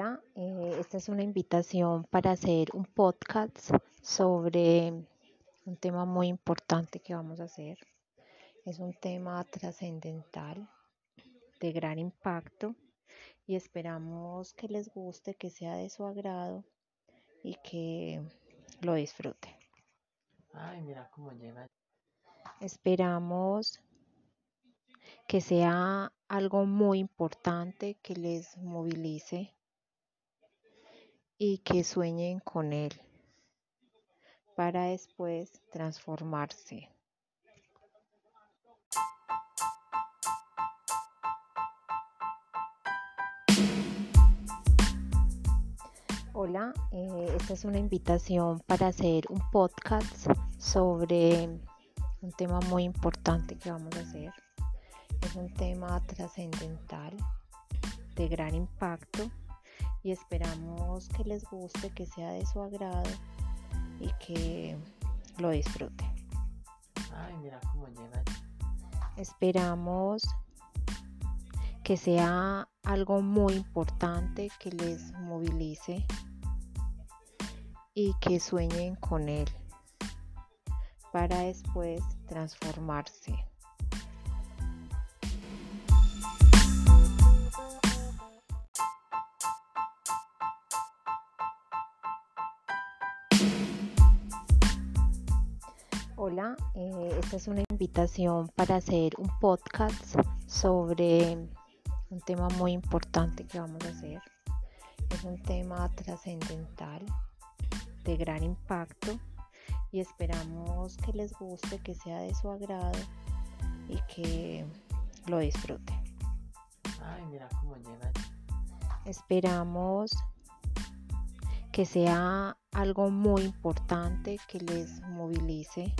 Hola, esta es una invitación para hacer un podcast sobre un tema muy importante que vamos a hacer. Es un tema trascendental, de gran impacto y esperamos que les guste, que sea de su agrado y que lo disfruten. Ay, mira cómo llega. Esperamos que sea algo muy importante que les movilice y que sueñen con él para después transformarse. Hola, esta es una invitación para hacer un podcast sobre un tema muy importante que vamos a hacer. Es un tema trascendental, de gran impacto y esperamos que les guste, que sea de su agrado y que lo disfruten. Ay, mira cómo llega. Esperamos que sea algo muy importante que les movilice y que sueñen con él para después transformarse. Hola, esta es una invitación para hacer un podcast sobre un tema muy importante que vamos a hacer. Es un tema trascendental, de gran impacto y esperamos que les guste, que sea de su agrado y que lo disfruten. Ay, mira cómo llega. Esperamos que sea algo muy importante que les movilice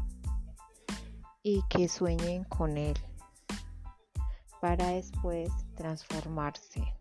y que sueñen con él para después transformarse.